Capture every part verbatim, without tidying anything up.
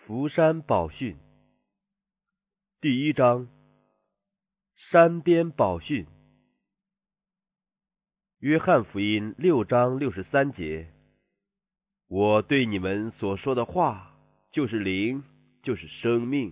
福山宝训第一章，山边宝训。约翰福音六章六十三节，我对你们所说的话，就是灵，就是生命。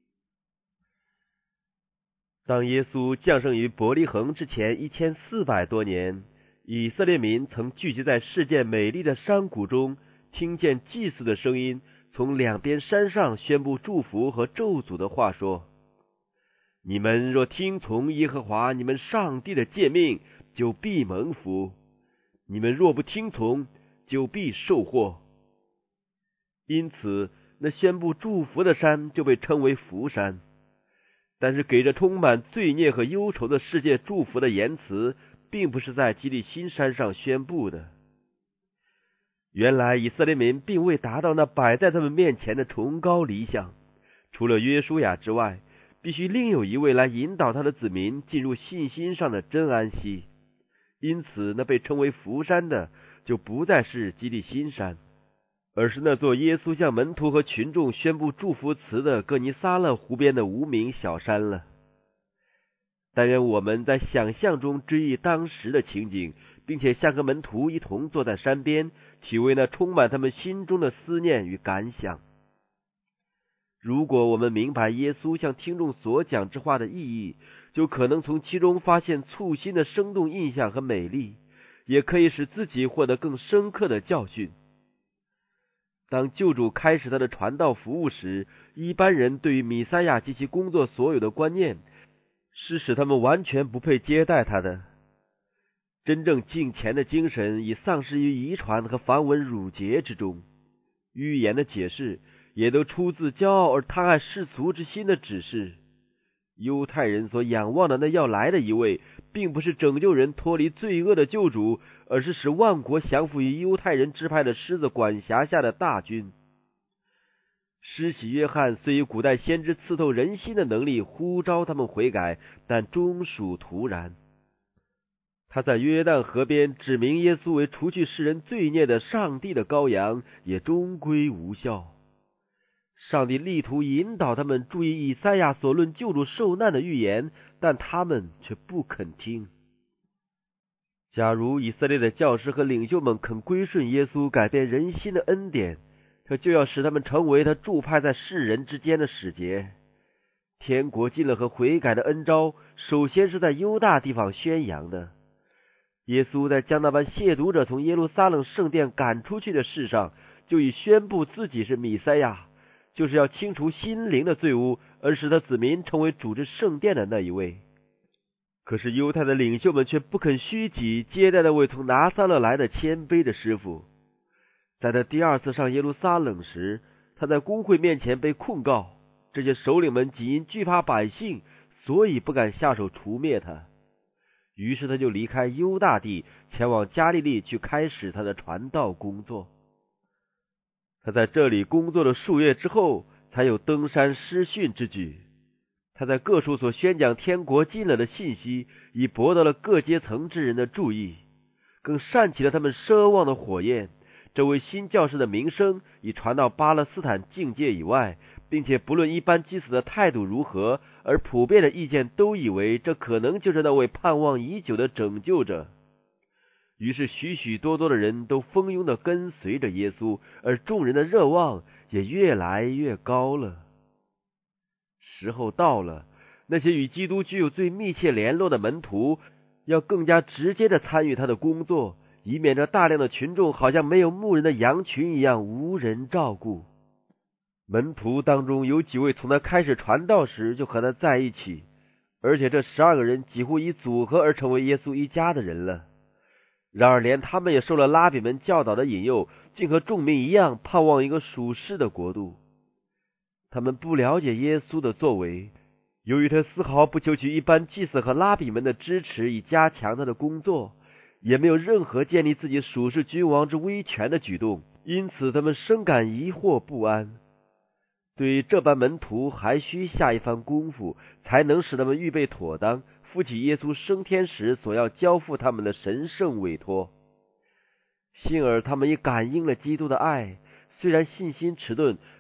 当耶稣降生于伯利恒之前一千四百多年，以色列民曾聚集在世界美丽的山谷中，听见祭司的声音从两边山上宣布祝福和咒诅的话说：你们若听从耶和华你们上帝的诫命，就必蒙福；你们若不听从，就必受祸。因此，那宣布祝福的山就被称为福山。但是给这充满罪孽和忧愁的世界祝福的言辞，并不是在基利心山上宣布的。原来以色列民并未达到那摆在他们面前的崇高理想，除了约书亚之外，必须另有一位来引导他的子民进入信心上的真安息。因此，那被称为福山的，就不再是基利心山，而是那座耶稣向门徒和群众宣布祝福词的哥尼撒勒湖边的无名小山了。但愿我们在想象中追忆当时的情景，并且像个门徒一同坐在山边，体味那充满他们心中的思念与感想。如果我们明白耶稣向听众所讲之话的意义，就可能从其中发现簇新的生动印象和美丽，也可以使自己获得更深刻的教训。当救主开始他的传道服务时，一般人对于弥赛亚及其工作所有的观念，是使他们完全不配接待他的。真正敬虔的精神已丧失于遗传和繁文缛节之中，预言的解释也都出自骄傲而贪爱世俗之心的指示。犹太人所仰望的那要来的一位，并不是拯救人脱离罪恶的救主，而是使万国降服于犹太人支派的狮子管辖下的大军。施洗约翰虽以古代先知刺透人心的能力呼召他们悔改，但终属徒然。他在约旦河边指明耶稣为除去世人罪孽的上帝的羔羊，也终归无效。上帝力图引导他们注意以赛亚所论救主受难的预言，但他们却不肯听。假如以色列的教师和领袖们肯归顺耶稣改变人心的恩典，他就要使他们成为他驻派在世人之间的使节。天国近了和悔改的恩召，首先是在犹大地方宣扬的。耶稣在将那班亵渎者从耶路撒冷圣殿赶出去的事上，就已宣布自己是弥赛亚，就是要清除心灵的罪污，而使他子民成为主之圣殿的那一位。可是犹太的领袖们却不肯虚己，接待那位从拿撒勒来的谦卑的师傅。在他第二次上耶路撒冷时，他在公会面前被控告，这些首领们仅因惧怕百姓，所以不敢下手除灭他。于是他就离开犹大地，前往加利利去开始他的传道工作。他在这里工作了数月之后，才有登山施训之举。他在各处所宣讲天国近了的信息，已博得了各阶层之人的注意，更煽起了他们奢望的火焰。这位新教士的名声已传到巴勒斯坦境界以外，并且不论一般祭司的态度如何，而普遍的意见都以为这可能就是那位盼望已久的拯救者。于是许许多多的人都蜂拥地跟随着耶稣，而众人的热望也越来越高了。时候到了，那些与基督具有最密切联络的门徒，要更加直接地参与他的工作，以免这大量的群众好像没有牧人的羊群一样无人照顾。门徒当中有几位从他开始传道时就和他在一起，而且这十二个人几乎已组合而成为耶稣一家的人了。然而连他们也受了拉比们教导的引诱，竟和众民一样盼望一个属世的国度。他们不了解耶稣的作为，由于他丝毫不求取一般祭司和拉比们的支持以加强他的工作，也没有任何建立自己属世君王之威权的举动，因此他们深感疑惑不安。对于这般门徒，还需下一番功夫，才能使他们预备妥当，负起耶稣升天时所要交付他们的神圣委托。幸而他们也感应了基督的爱，虽然信心迟钝，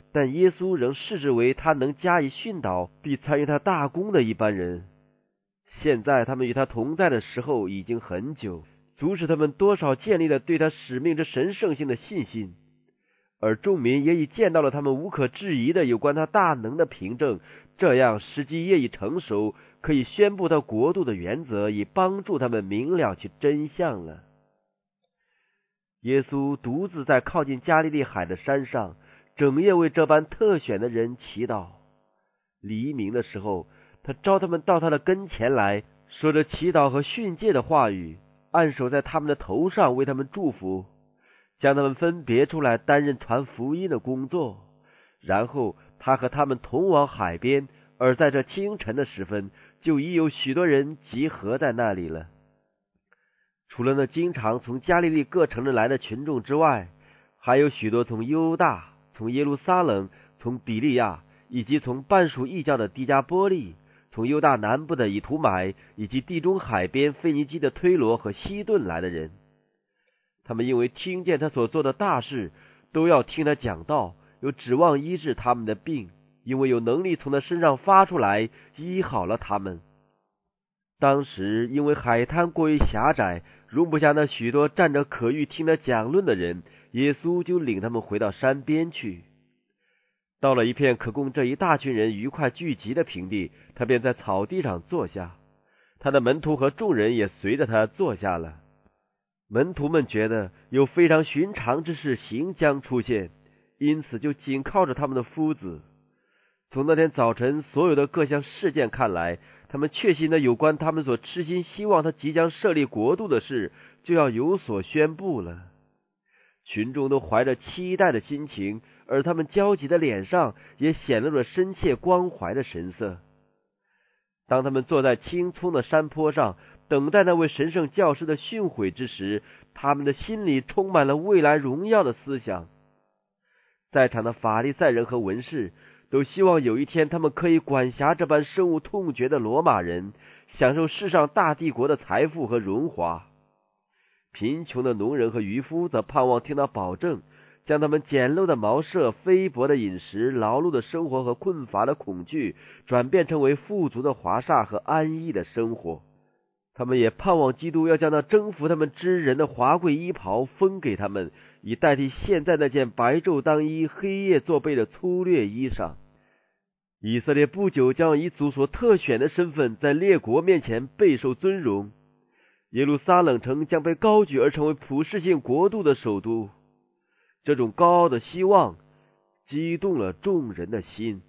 但耶稣仍视之为他能加以训导并参与他大功的一般人。现在他们与他同在的时候已经很久，足使他们多少建立了对他使命之神圣性的信心，而众民也已见到了他们无可置疑的有关他大能的凭证，这样时机业已成熟，可以宣布他国度的原则，以帮助他们明了其真相了。耶稣独自在靠近加利利海的山上，整夜为这般特选的人祈祷。黎明的时候，他召他们到他的跟前来，说着祈祷和训诫的话语，按手在他们的头上，为他们祝福，将他们分别出来担任传福音的工作。然后他和他们同往海边，而在这清晨的时分，就已有许多人集合在那里了。除了那经常从加利利各城镇来的群众之外，还有许多从犹大、从耶路撒冷、从比利亚，以及从半属异教的低加波利，从犹大南部的以图买，以及地中海边腓尼基的推罗和西顿来的人。他们因为听见他所做的大事，都要听他讲道，有指望医治他们的病，因为有能力从他身上发出来，医好了他们。当时因为海滩过于狭窄，容不下那许多站着可欲听他讲论的人，耶稣就领他们回到山边去。到了一片可供这一大群人愉快聚集的平地，他便在草地上坐下，他的门徒和众人也随着他坐下了。门徒们觉得有非常寻常之事行将出现，因此就紧靠着他们的夫子。从那天早晨所有的各项事件看来，他们确信的有关他们所痴心希望他即将设立国度的事，就要有所宣布了。群众都怀着期待的心情，而他们焦急的脸上也显露了深切关怀的神色。当他们坐在青葱的山坡上，等待那位神圣教师的训诲之时，他们的心里充满了未来荣耀的思想。在场的法利赛人和文士都希望有一天他们可以管辖这般深恶痛绝的罗马人，享受世上大帝国的财富和荣华。贫穷的农人和渔夫则盼望听到保证，将他们简陋的茅舍、菲薄的饮食、劳碌的生活和困乏的恐惧，转变成为富足的华厦和安逸的生活。他们也盼望基督要将那征服他们之人的华贵衣袍分给他们，以代替现在那件白昼当衣、黑夜作备的粗略衣裳。以色列不久将以主所特选的身份在列国面前备受尊荣，耶路撒冷城将被高举而成为普世性国度的首都。这种高傲的希望激动了众人的心。